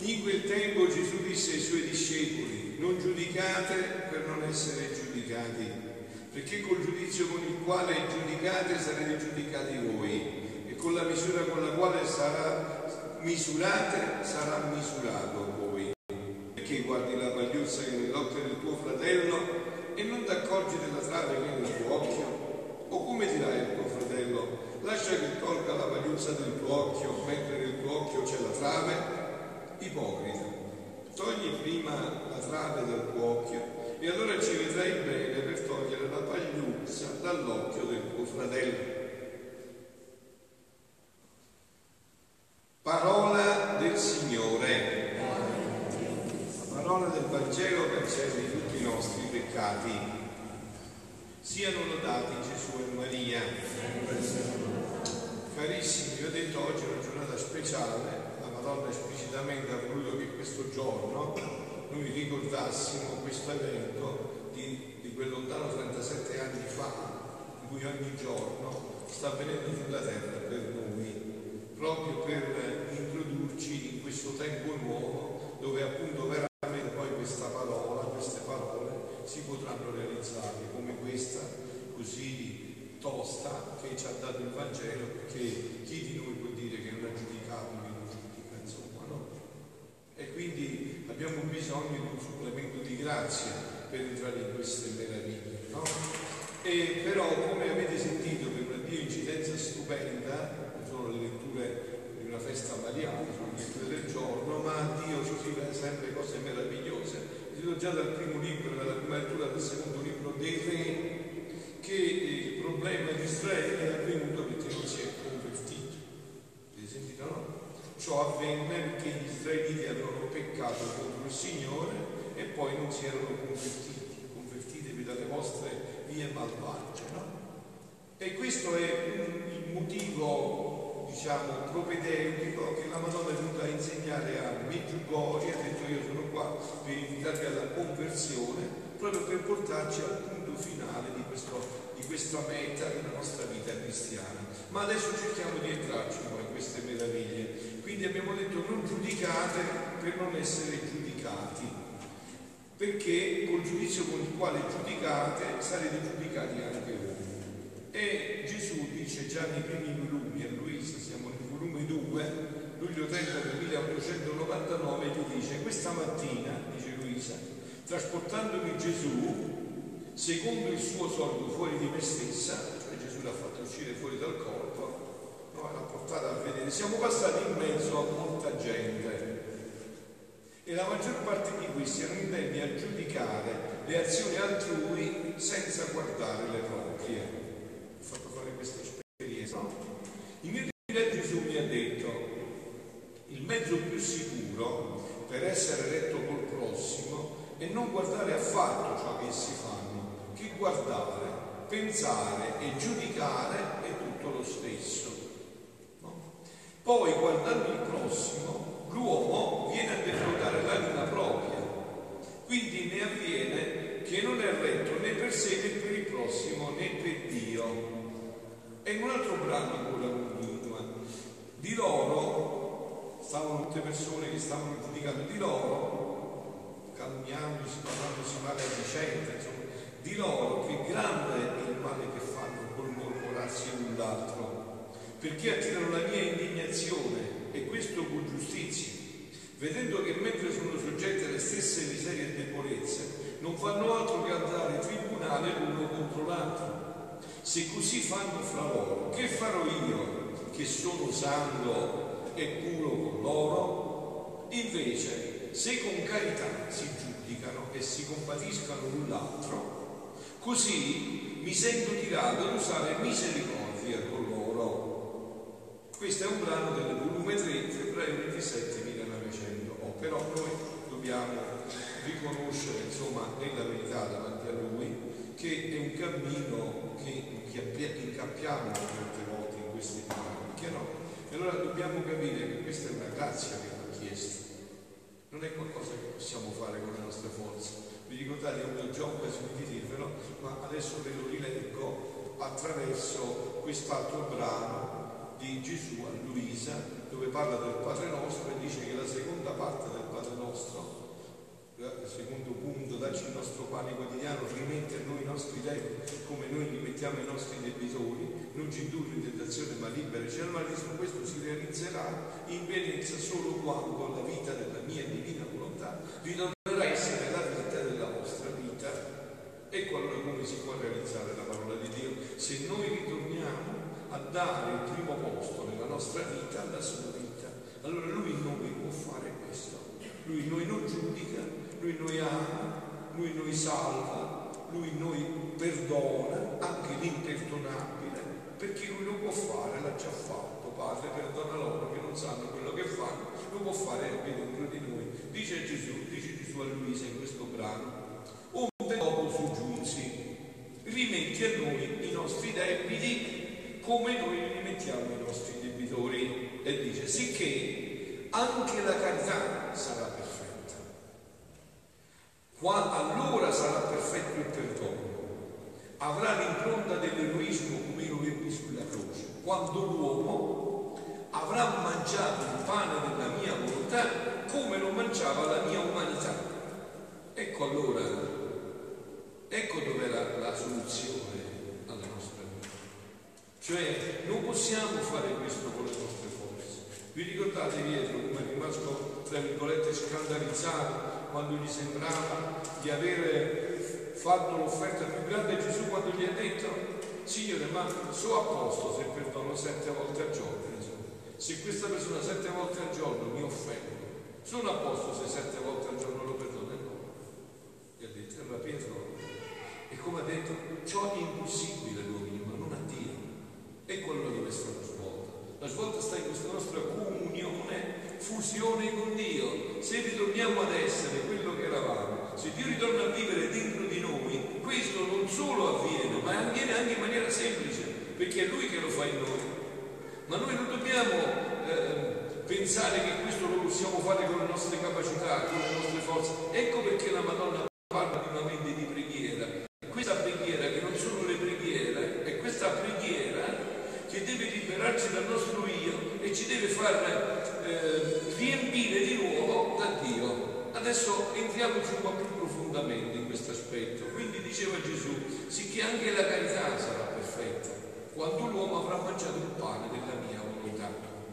In quel tempo Gesù disse ai suoi discepoli: non giudicate per non essere giudicati, perché col giudizio con il quale giudicate sarete giudicati voi, e con la misura con la quale misurate sarà misurato voi. Perché guardi la pagliuzza che è nell'occhio del tuo fratello e non ti accorgi della trave che è nel tuo occhio? O come dirai al tuo fratello: lascia che tolga la pagliuzza del tuo occhio, mentre nel tuo occhio c'è la trave? Ipocrita, togli prima la trave dal tuo occhio e allora ci vedrai bene per togliere la pagliuzza dall'occhio del tuo fratello. Parola del Signore. La parola del Vangelo cancelli tutti i nostri peccati. Siano lodati Gesù e Maria. Carissimi, vi ho detto oggi è una giornata speciale. La Madonna esplicitamente ha voluto che questo giorno noi ricordassimo questo evento di quel lontano 37 anni fa, in cui ogni giorno sta avvenendo sulla terra per noi, proprio per introdurci in questo tempo nuovo dove appunto veramente poi queste parole si potranno realizzare, come questa così tosta che ci ha dato il Vangelo, perché chi di noi può dire che non ha giudicato, che non giudica, insomma, no? E quindi abbiamo bisogno di un supplemento di grazia per entrare in queste meraviglie, no? E però, come avete sentito, per una Dio-incidenza stupenda, non sono le letture di una festa mariana, sono le letture del giorno, ma Dio scrive sempre cose meravigliose. Vedo già dal primo libro, dalla prima lettura del secondo libro dei Re, che il problema di Israele è avvenuto perché non si è convertito. Avete sentito, no? Ciò avvenne perché gli israeliti avevano peccato contro il Signore e poi non si erano convertiti. Convertitevi dalle vostre vie malvagie, no? E questo è il motivo, diciamo, propedeutico che la Madonna è venuta a insegnare a Medjugorje. Ha detto: io sono qua per invitarvi alla conversione, proprio per portarci al punto finale di questa meta della nostra vita cristiana. Ma adesso cerchiamo di entrarci un po' in queste meraviglie. Quindi abbiamo detto: non giudicate per non essere giudicati, perché col giudizio con il quale giudicate sarete giudicati anche voi. E Gesù dice già nei primi volumi, a Luisa, siamo nel volume 2, luglio 30 del 1899, gli dice: questa mattina, dice Luisa, trasportandomi Gesù secondo il suo solito fuori di me stessa, cioè Gesù l'ha fatto uscire fuori dal corpo, no, l'ha portata a vedere, siamo passati in mezzo a molta gente e la maggior parte di questi erano intenti a giudicare le azioni altrui senza guardare le proprie. Ho fatto fare questa esperienza, no? In mio dire Gesù mi ha detto: il mezzo più sicuro per essere retto col prossimo è non guardare affatto ciò che essi fanno, che guardare, pensare e giudicare è tutto lo stesso, no? Poi, guardando il prossimo, l'uomo viene a defraudare l'anima propria, quindi ne avviene che non è retto né per sé né per il prossimo né per Dio. E in un altro brano ancora continua: di loro stavano tutte persone che stavano giudicando, di loro, calunniandosi, parlandosi male a vicenda, insomma, di loro che grande è il male che fanno col mormorarsi l'un l'altro, perché attirano la mia indignazione, e questo con giustizia, vedendo che mentre sono soggetti alle stesse miserie e debolezze non fanno altro che andare in tribunale l'uno contro l'altro. Se così fanno fra loro, che farò io che sono santo e puro con loro? Invece, se con carità si giudicano e si compatiscano l'un l'altro, così mi sento tirato ad usare misericordia con loro. Questo è un brano del volume 3, febbraio 27 1900. Però noi dobbiamo riconoscere, insomma, nella verità davanti a Lui, che è un cammino che incappiamo molte volte in queste dinamiche, no? E allora dobbiamo capire che questa è una grazia che va chiesta, non è qualcosa che possiamo fare con le nostre forze. Vi ricordate, ho già occasione di dirvelo, ma adesso ve lo rileggo attraverso quest'altro brano di Gesù a Luisa, dove parla del Padre Nostro e dice che la seconda parte della nostri debiti come noi li mettiamo ai nostri debitori, non ci indurre in tentazione ma liberaci dal male. Questo si realizzerà in pienezza solo quando la vita della mia divina volontà ritornerà a essere la vita della vostra vita. Ecco allora come si può realizzare la parola di Dio: se noi ritorniamo a dare il primo posto nella nostra vita alla sua vita. Allora lui in noi può fare questo, lui in noi non giudica, lui in noi ama, lui in noi salva, lui in noi perdona anche l'imperdonabile, perché lui lo può fare, l'ha già fatto. Padre, perdona loro che non sanno quello che fanno, lo può fare anche dentro di noi. Dice Gesù a Luisa in questo brano: onde dopo sui giudizi rimetti a noi i nostri debiti come noi li rimettiamo ai nostri debitori. E dice: sicché anche la carità sarà perfetta. Allora sarà perfetto il perdono, avrà l'impronta dell'eroismo come lo ebbi sulla croce, quando l'uomo avrà mangiato il pane della mia volontà come lo mangiava la mia umanità. Ecco allora, ecco dov'è la soluzione alla nostra vita. Cioè non possiamo fare questo con le nostre forze. Vi ricordate Pietro come è rimasto tra virgolette scandalizzato quando gli sembrava di avere fatto l'offerta più grande a Gesù, quando gli ha detto: Signore, ma so a posto se perdono 7 volte al giorno, se questa persona 7 volte al giorno mi offende, sono a posto se 7 volte al giorno lo perdono? No. Gli ha detto: ma Pietro, e come ha detto, ciò è impossibile all'uomo, ma non a Dio. Ecco allora dove sta la svolta. La svolta sta in questa nostra comunione, fusione con Dio. Se ritorniamo ad essere quello che eravamo, se Dio ritorna a vivere dentro di noi, questo non solo avviene, ma avviene anche in maniera semplice, perché è Lui che lo fa in noi. Ma noi non dobbiamo pensare che questo lo possiamo fare con le nostre capacità, con le nostre forze. Ecco perché la Madonna parla di una mente di preghiera. Questa preghiera, che non sono le preghiere, è questa preghiera che deve liberarci dal nostro io e ci deve far riempire di nuovo da Dio. Adesso entriamoci un po' più profondamente in questo aspetto. Quindi diceva Gesù: sicché anche la carità sarà perfetta quando l'uomo avrà mangiato il pane della mia volontà,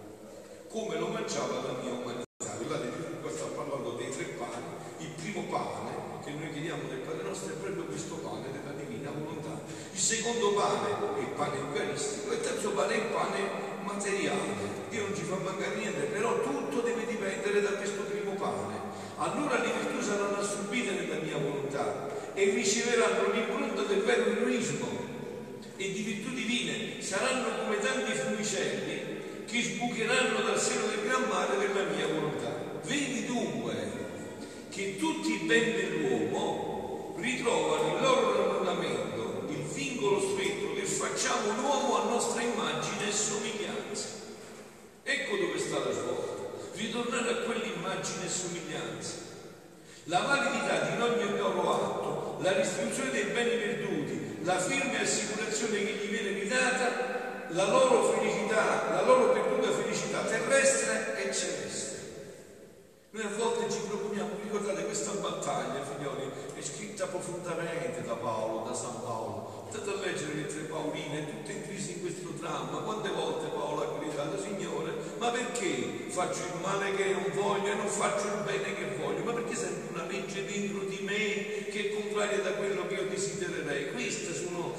come lo mangiava la mia umanità. Guardate, Gesù qua sta parlando dei 3 pani. Il primo pane che noi chiediamo del Padre nostro è proprio questo pane della divina volontà. Il secondo pane è il pane eucaristico, e il terzo pane è il pane materiale. Dio non ci fa mancare niente, però tutto deve dipendere da questo primo pane. Allora le virtù saranno assorbite nella mia volontà e riceveranno l'impronta del vero eroismo, e di virtù divine saranno come tanti fiumicelli che sbucheranno dal seno del gran mare della mia volontà. Vedi dunque che tutti i beni dell'uomo ritrovano il loro rannullamento, il vincolo stretto che facciamo l'uomo a nostra immagine e somiglianza. Ecco dove sta la svolta: ritornare a quell'immagine e somiglianza. La validità di ogni loro atto, la restituzione dei beni perduti, la firme assicurazione che gli viene ridata, la loro felicità, la loro perduta felicità terrestre e celeste. Noi a volte ci proponiamo, ricordate questa battaglia, figlioli, è scritta profondamente da Paolo, da San Paolo. Andate a leggere le 3 Pauline, tutte in crisi in questo dramma. Quante volte Paolo ha gridato: Signore, ma perché faccio il male che non voglio e non faccio il bene che voglio? Ma perché sento una legge dentro di me che è contraria da quello che io desidererei? Queste sono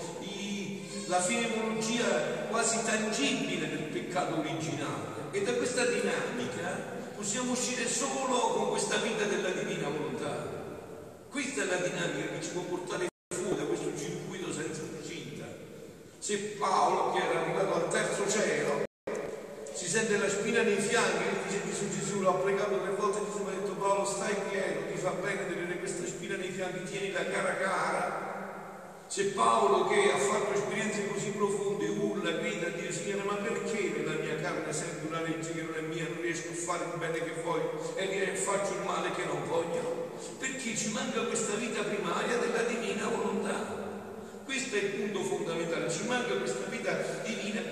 la fenomenologia quasi tangibile del peccato originale, e da questa dinamica possiamo uscire solo con questa vita della divina volontà. Questa è la dinamica che ci può portare fuori da questo circuito senza uscita. Se Paolo, che era arrivato al terzo cielo, si sente la spina nei fianchi, e dice Gesù l'ha pregato 3 volte, e Gesù mi ha detto: Paolo, stai quieto, ti fa bene tenere questa spina nei fianchi, tienila cara cara. Se Paolo, che ha fatto esperienze così profonde, urla, grida a Dio: Signore, ma perché nella mia carne sento una legge che non è mia, non riesco a fare il bene che voglio e faccio il male che non voglio? Perché ci manca questa vita primaria della divina volontà. Questo è il punto fondamentale: ci manca questa vita divina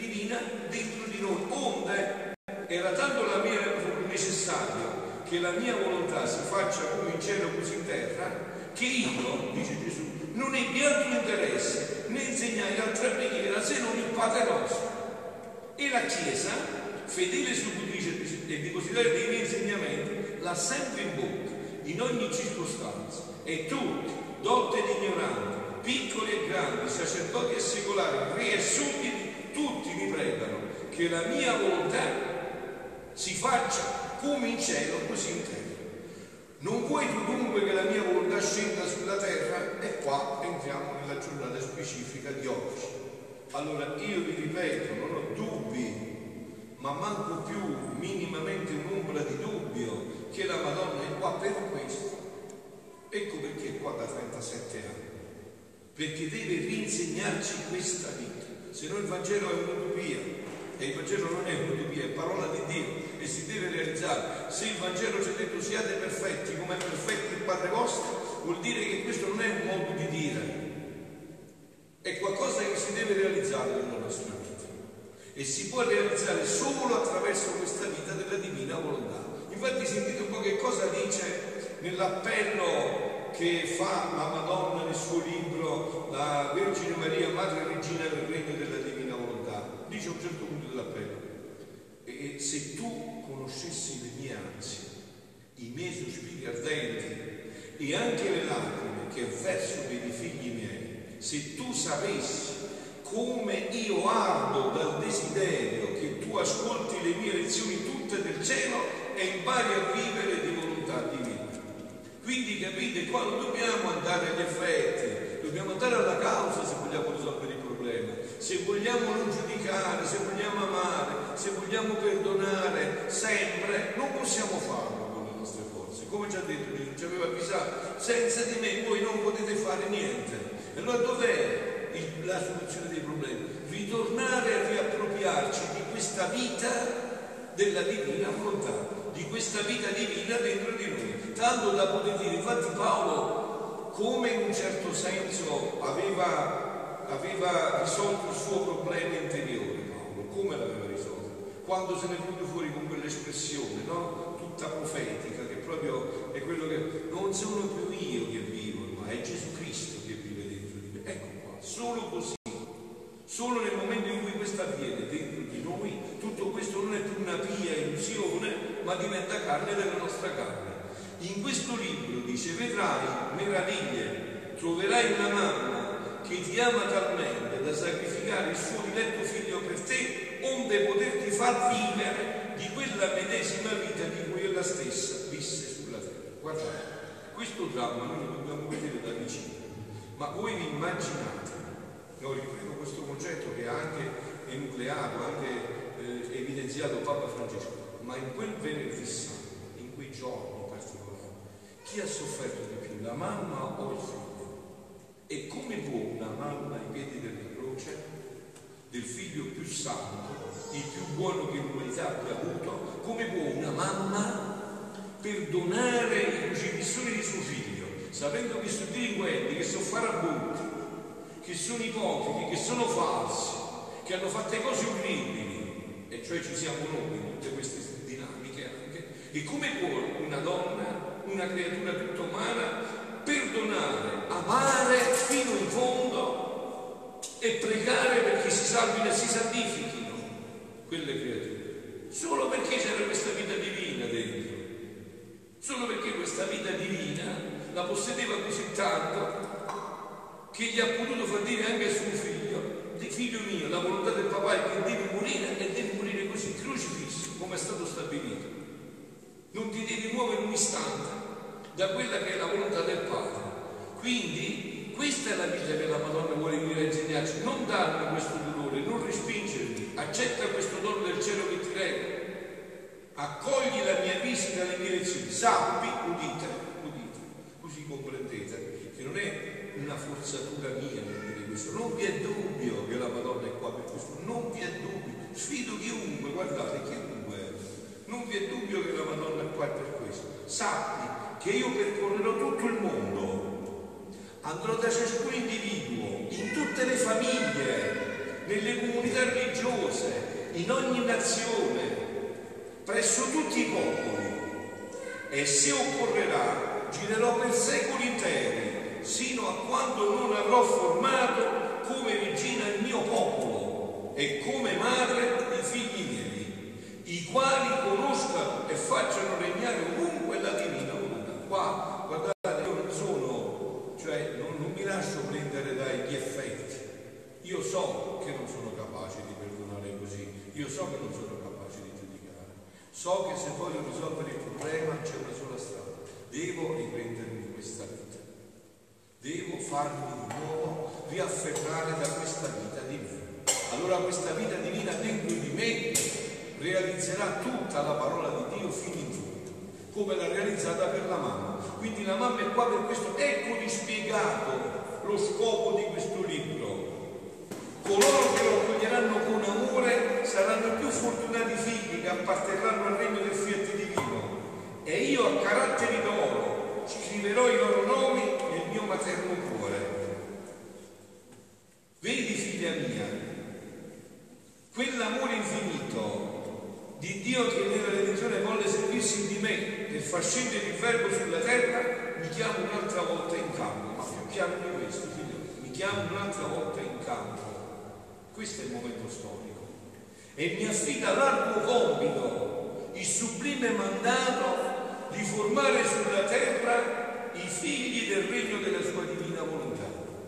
dentro di noi. Onde era tanto necessario che la mia volontà si faccia come in cielo così in terra, che io, dice Gesù, non ebbi altro interesse né insegnai altra preghiera se non il Padre nostro. E la Chiesa, fedele subbitrice e depositaria dei miei insegnamenti, l'ha sempre in bocca, in ogni circostanza. E tutti, dotti ed ignoranti, piccoli e grandi, sacerdoti e secolari, re e sudditi, tutti mi pregano che la mia volontà si faccia come in cielo, così in terra. Non vuoi tu dunque che la mia volontà scenda sulla terra? E qua entriamo nella giornata specifica di oggi. Allora io vi ripeto, non ho dubbi, ma manco più minimamente un'ombra di dubbio che la Madonna è qua per questo. Ecco perché è qua da 37 anni, perché deve rinsegnarci questa vita. Se no il Vangelo è un'utopia, e il Vangelo non è un'utopia, è parola di Dio e si deve realizzare. Se il Vangelo ci ha detto siate perfetti come è perfetto il Padre vostro, vuol dire che questo non è un modo di dire, è qualcosa che si deve realizzare nella nostra vita e si può realizzare solo attraverso questa vita della divina volontà. Infatti sentite un po' che cosa dice nell'appello che fa la Madonna nel suo libro La Vergine Maria, Madre e Regina del Regno della Divina Volontà. Dice a un certo punto dell'appello: e se tu conoscessi le mie ansie, i miei sospiri ardenti e anche le lacrime che verso per i figli miei, se tu sapessi come io ardo dal desiderio che tu ascolti le mie lezioni tutte del cielo e impari a vivere di volontà divina. Quindi capite, qua non dobbiamo andare agli effetti, dobbiamo andare alla causa se vogliamo risolvere il problema, se vogliamo non giudicare, se vogliamo amare, se vogliamo perdonare sempre. Non possiamo farlo con le nostre forze, come ci ha detto Gesù, ci aveva avvisato: senza di me voi non potete fare niente. E allora dov'è la soluzione dei problemi? Ritornare a riappropriarci di questa vita della divina volontà, di questa vita divina dentro di noi, tanto da poter dire. Infatti Paolo, come in un certo senso aveva risolto il suo problema interiore, Paolo, come l'aveva risolto? Quando se ne è venuto fuori con quell'espressione, no? Tutta profetica, che proprio è quello che non sono più io che vivo, ma è Gesù Cristo che vive dentro di me. Ecco qua, solo così, solo nel momento in cui questo avviene dentro di noi, tutto questo non è più una pia illusione, ma diventa carne della nostra carne. In questo libro dice: vedrai meraviglie, troverai una mamma che ti ama talmente da sacrificare il suo diletto figlio per te, onde poterti far vivere di quella medesima vita di cui ella stessa visse sulla terra. Guardate, questo dramma noi lo dobbiamo vedere da vicino, ma voi vi immaginate, riprendo questo concetto che ha anche enucleato, anche evidenziato Papa Francesco, ma in quel venerdì santo, in quei giorni particolari, chi ha sofferto di più, la mamma o il figlio? E come può una mamma ai piedi della croce, del figlio più santo, il più buono che l'umanità abbia avuto, come può una mamma perdonare i crocifissori di suo figlio, sapendo che sono delinquenti, che sono farabutti, che sono ipocriti, che sono falsi, che hanno fatto cose orribili, e cioè ci siamo noi in tutte queste dinamiche anche? E come può una donna, una creatura tutta umana, perdonare, amare fino in fondo e pregare perché si salvino e si santifichino quelle creature? Solo perché c'era questa vita divina dentro, solo perché questa vita divina la possedeva così tanto che gli ha potuto far dire anche a suo figlio: figlio mio, la volontà del papà è che devi morire, e devi morire così, crocifisso, come è stato stabilito. Non ti devi muovere un istante da quella che è la volontà del Padre. Quindi questa è la vita che la Madonna vuole venire a insegnarci: non darmi questo dolore, non respingermi, accetta questo dono del cielo che ti regalo, accogli la mia visita, le mie lezioni, sappi, udite, così comprendete che non è una forzatura mia nel dire questo. Non vi è dubbio che la Madonna è qua per questo, non vi è dubbio, sfido chiunque, guardate, chiunque, non vi è dubbio che la Madonna è qua per questo. Sappi che io percorrerò tutto il mondo, andrò da ciascun individuo, in tutte le famiglie, nelle comunità religiose, in ogni nazione, presso tutti i popoli, e se occorrerà girerò per secoli interi, sino a quando non avrò formato come regina il mio popolo e come madre i figli miei, i quali conoscano e facciano regnare ovunque la divina volontà. Qua, guardate, io non sono, cioè non mi lascio prendere dagli effetti. Io so che non sono capace di perdonare così, io so che non sono capace di giudicare, so che se voglio risolvere il problema c'è una sola strada: devo riprendermi questa vita, devo farmi di nuovo riafferrare da questa vita divina. Allora questa vita divina dentro di me realizzerà tutta la parola di Dio fino in fondo, come l'ha realizzata per la mamma. Quindi la mamma è qua per questo. Ecco dispiegato lo scopo di questo libro. Coloro che lo accoglieranno con amore saranno i più fortunati figli che apparterranno al regno del fiat divino, e io a caratteri d'oro scriverò i loro nomi nel mio materno cuore. Vedi, figlia mia, quell'amore infinito di Dio che nella religione volle servirsi di me per far scendere il verbo sulla terra, mi chiama un'altra volta in campo. Ma più chiaro di questo, figlio, mi chiama un'altra volta in campo. Questo è il momento storico, e mi affida l'arduo compito, il sublime mandato di formare sulla terra i figli del regno della sua divina volontà.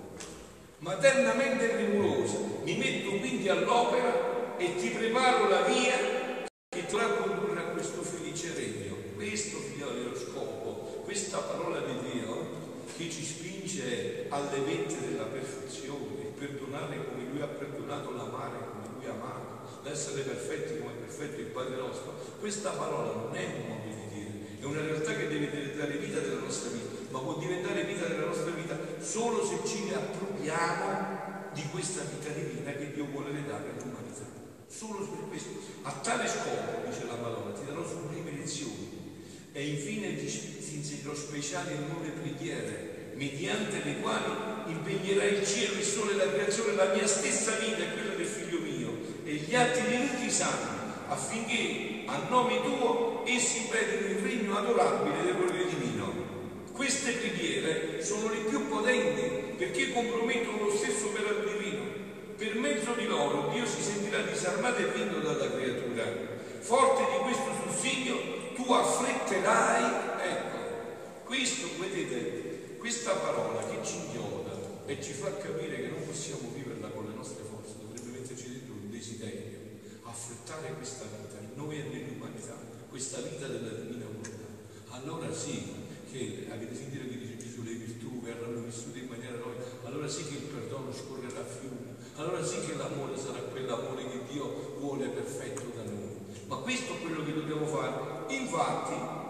Maternamente premurosa mi metto quindi all'opera e ti preparo la via che ti dovrà condurre a questo felice regno. Questo, figlioli, è lo scopo, questa parola di Dio che ci spinge alle vette della perfezione, perdonare come Lui ha perdonato, l'amare come Lui ha amato, l'essere perfetti come è perfetto il Padre nostro. Questa parola non è un modo di dire, è una realtà che deve diventare vita della nostra vita, ma può diventare vita della nostra vita solo se ci ne appropriamo di questa vita divina che Dio vuole redare all'umanità. Solo per questo, a tale scopo, dice la Madonna, ti darò sublime lezioni, e infine ti insegnerò speciali e nuove preghiere, mediante le quali impegnerai il cielo, il sole, la creazione, la mia stessa vita e quella del figlio mio e gli atti di tutti i santi, affinché a nome tuo essi predino il regno adorabile del volere divino. Queste preghiere sono le più potenti perché compromettono lo stesso operato divino. Per mezzo di loro Dio si sentirà disarmato e vinto dalla creatura. Forte di questo sussidio tu affretterai, ecco, questo, vedete, questa parola che ci inchioda e ci fa capire che non possiamo viverla con le nostre forze, dovrebbe metterci dentro un desiderio, affrettare questa vita in noi e nell'umanità, questa vita della divina volontà. Allora sì che, avete sentito che dice Gesù, le virtù verranno vissute in maniera noi, allora sì che il perdono scorrerà a fiumi, allora sì che l'amore sarà quell'amore che Dio vuole perfetto da noi. Ma questo è quello che dobbiamo fare. Infatti,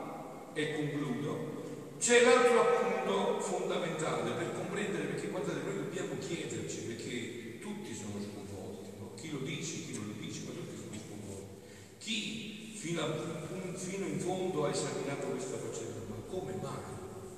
e concludo, c'è l'altro appunto fondamentale per comprendere, perché guardate, noi dobbiamo chiederci, perché tutti sono sconvolti, no? Chi lo dice, chi non lo dice, ma tutti sono sconvolti. Chi fino in fondo ha esaminato questa faccenda, ma come mai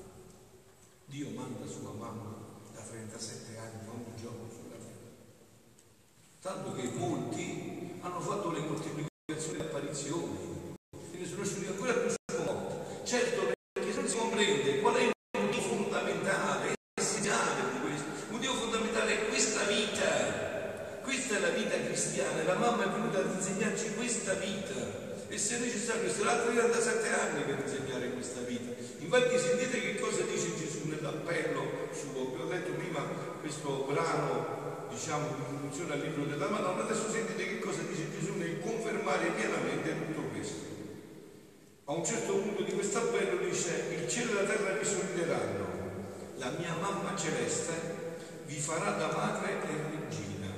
Dio manda sua mamma da 37 anni ogni giorno sulla terra? Tanto che molti hanno fatto le moltiplicazioni e apparizioni e ne sono usciti ancora più sconvolti. Certo, perché non si comprende qual è il motivo fondamentale, essenziale di questo. Il motivo fondamentale è questa vita. Questa è la vita cristiana, la mamma è venuta ad insegnarci questa vita. E se è necessario, sarà 37 anni per insegnare questa vita. Infatti sentite che cosa dice Gesù nell'appello suo. Vi ho detto prima questo brano, diciamo, di introduzione al libro della Madonna. Adesso sentite che cosa dice Gesù nel confermare pienamente tutto questo. A un certo punto di questo appello dice: il cielo e la terra vi sorrideranno, la mia mamma celeste vi farà da madre e regina.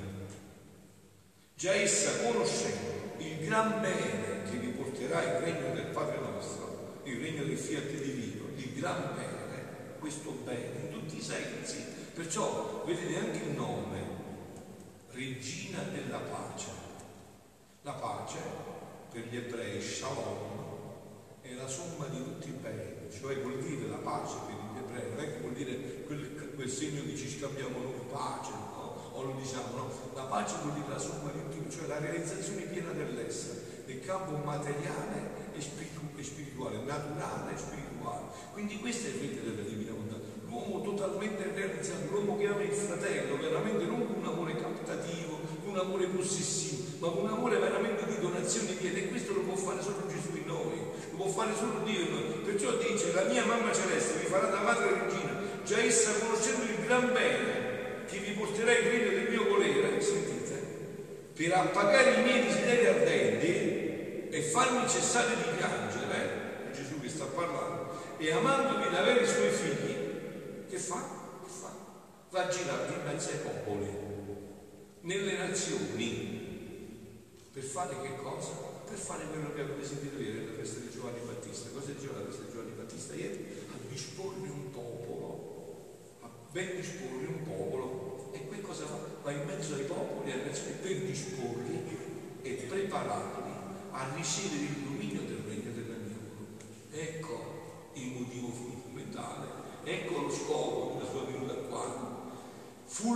Già essa, conoscendo il gran bene che vi porterà il regno del Padre nostro, il regno del fiat divino, il gran bene, questo bene in tutti i sensi. Perciò vedete anche il nome, regina della pace. La pace per gli ebrei, shalom, è la somma di tutti i beni, cioè vuol dire la pace per gli ebrei, non è che vuol dire quel segno che ci scambiamo noi, pace, no? O lo diciamo, no? La pace vuol dire la somma di tutti, cioè la realizzazione piena dell'essere, nel campo materiale e e spirituale, naturale e spirituale. Quindi questo è il rete della divina volontà, l'uomo totalmente realizzato, l'uomo che ama il fratello, veramente non con un amore captativo, con un amore possessivo, ma con un amore veramente di donazione piena, e questo lo può fare solo Gesù in noi, lo può fare solo Dio in noi. Perciò dice: la mia mamma celeste vi farà da madre regina, già essa conoscendo il gran bene che vi porterà il regno del mio volere, sentite, per appagare i miei desideri ardenti e farmi cessare di piangere, è Gesù che sta parlando, e amandomi da avere i suoi figli, che fa? Va a girare in mezzo ai popoli, nelle nazioni, per fare che cosa? Per fare quello che avete sentito ieri nella festa di Giovanni Battista. Cosa diceva la festa di Giovanni Battista ieri? A disporre un popolo, a ben disporre un popolo. E qui cosa fa? Va in mezzo ai popoli, alle nazioni, per disporli e prepararli a ricevere il dominio del regno della mia volontà. Ecco il motivo fondamentale, ecco lo scopo della sua venuta qua. Fu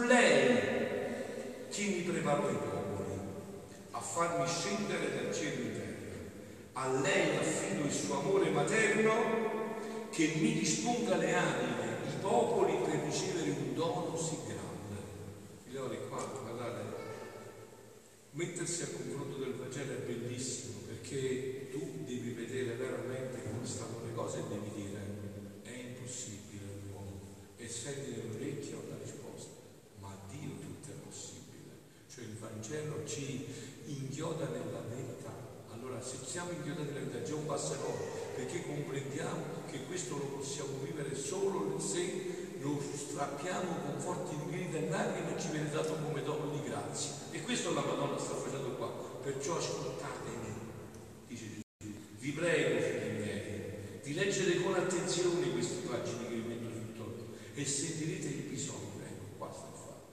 lei chi mi preparò i popoli a farmi scendere dal cielo in terra. A lei affido il suo amore materno che mi disponga le anime, i popoli, per ricevere un dono sì grande. Figlioli, qua, guardate, mettersi a confronto del Vangelo è bellissimo, perché tu devi vedere veramente come stanno le cose e devi dire: è impossibile all'uomo, e senti nell'orecchio la risposta, ma a Dio tutto è possibile. Cioè il Vangelo ci inchioda nella verità. Allora, se siamo inchiodati nella verità, già un passo enorme, perché comprendiamo che questo lo possiamo vivere solo se lo strappiamo con forti grida e lacrime e ci viene dato come dono di grazia. E questo la Madonna sta facendo qua. Perciò ascoltatemi, dice Gesù, vi prego, figli miei, di leggere con attenzione queste pagine che vi metto sul torno e sentirete il bisogno. Ecco, qua sta il fatto.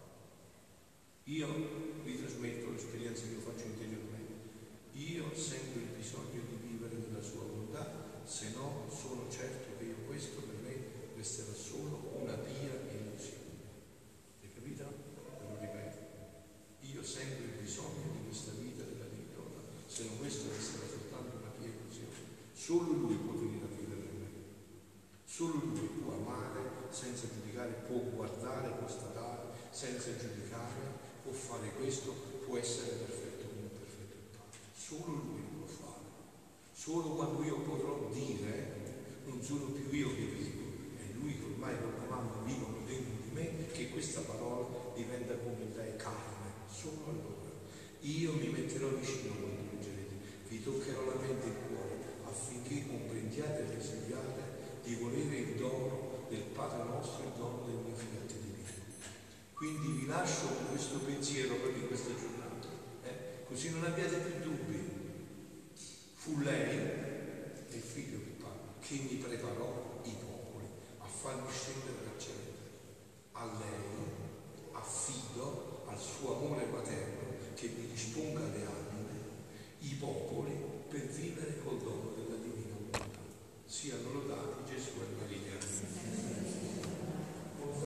Io vi trasmetto l'esperienza che io faccio interiormente. Io sento il bisogno di vivere nella sua volontà, se no sono certo che io questo per me resterà solo una pia illusione. Hai capito? Ve lo ripeto. Io sento il bisogno di questa vita della divina, se non questo resterà soltanto una pia illusione. Solo Lui può venire a vivere in me. Solo Lui può amare senza giudicare, può guardare, può statare senza giudicare, può fare questo, può essere perfetto come perfetto il Padre. Solo Lui può fare. Solo quando io potrò dire: non sono più io che vivo, è Lui che ormai con la mamma vivono dentro di me, che questa parola diventa come lei carne. Solo allora io mi metterò vicino quando leggerete, vi toccherò la mente e il cuore, affinché comprendiate e residiate di volere il dono del Padre nostro, il dono del mio fiat divino. Quindi vi lascio con questo pensiero proprio in questa giornata, così non abbiate più dubbi. Fu lei, il figlio che parla, che mi preparò i popoli a farmi scendere dal cielo. A lei affido al suo amore materno che mi disponga le anime, i popoli, per vivere col dono della divina volontà. Siano lodati Gesù e Maria.